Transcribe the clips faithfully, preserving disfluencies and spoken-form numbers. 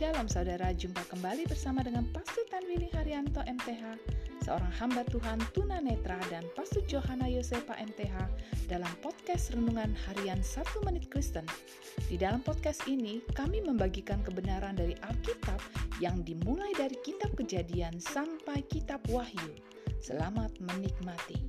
Shalom saudara, jumpa kembali bersama dengan Pastor Tanwili Haryanto M T H, seorang hamba Tuhan tunanetra, dan Pastor Johana Yosepa M T H dalam podcast Renungan Harian satu Menit Kristen. Di dalam podcast ini, kami membagikan kebenaran dari Alkitab yang dimulai dari kitab Kejadian sampai kitab Wahyu. Selamat menikmati.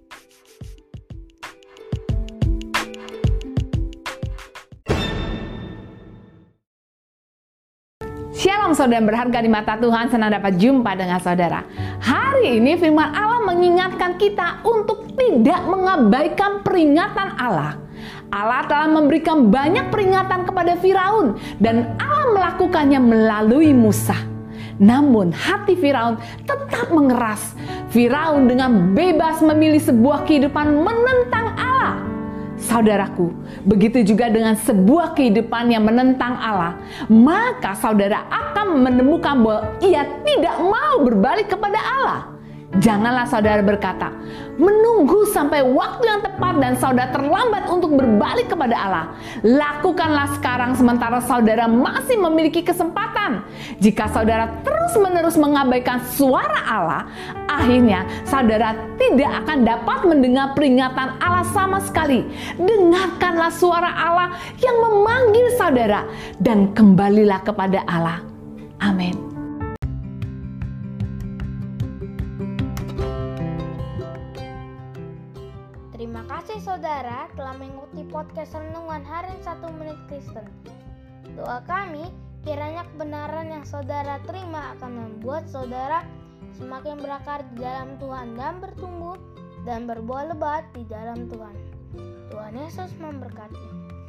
Shalom saudara berharga di mata Tuhan, senang dapat jumpa dengan saudara. Hari ini firman Allah mengingatkan kita untuk tidak mengabaikan peringatan Allah. Allah telah memberikan banyak peringatan kepada Firaun dan Allah melakukannya melalui Musa. Namun hati Firaun tetap mengeras. Firaun dengan bebas memilih sebuah kehidupan menentang Allah. Saudaraku, begitu juga dengan sebuah kehidupan yang menentang Allah, maka saudara akan menemukan bahwa ia tidak mau berbalik kepada Allah. Janganlah saudara berkata, menunggu sampai waktu yang tepat dan saudara terlambat untuk berbalik kepada Allah. Lakukanlah sekarang sementara saudara masih memiliki kesempatan. Jika saudara terus-menerus mengabaikan suara Allah, akhirnya saudara tidak akan dapat mendengar peringatan Allah sama sekali. Dengarkanlah suara Allah yang memanggil saudara dan kembalilah kepada Allah. Amin. Terima kasih saudara telah mengikuti podcast Renungan Harian satu Menit Kristen. Doa kami, kiranya kebenaran yang saudara terima akan membuat saudara semakin berakar di dalam Tuhan dan bertumbuh dan berbuah lebat di dalam Tuhan. Tuhan Yesus memberkati.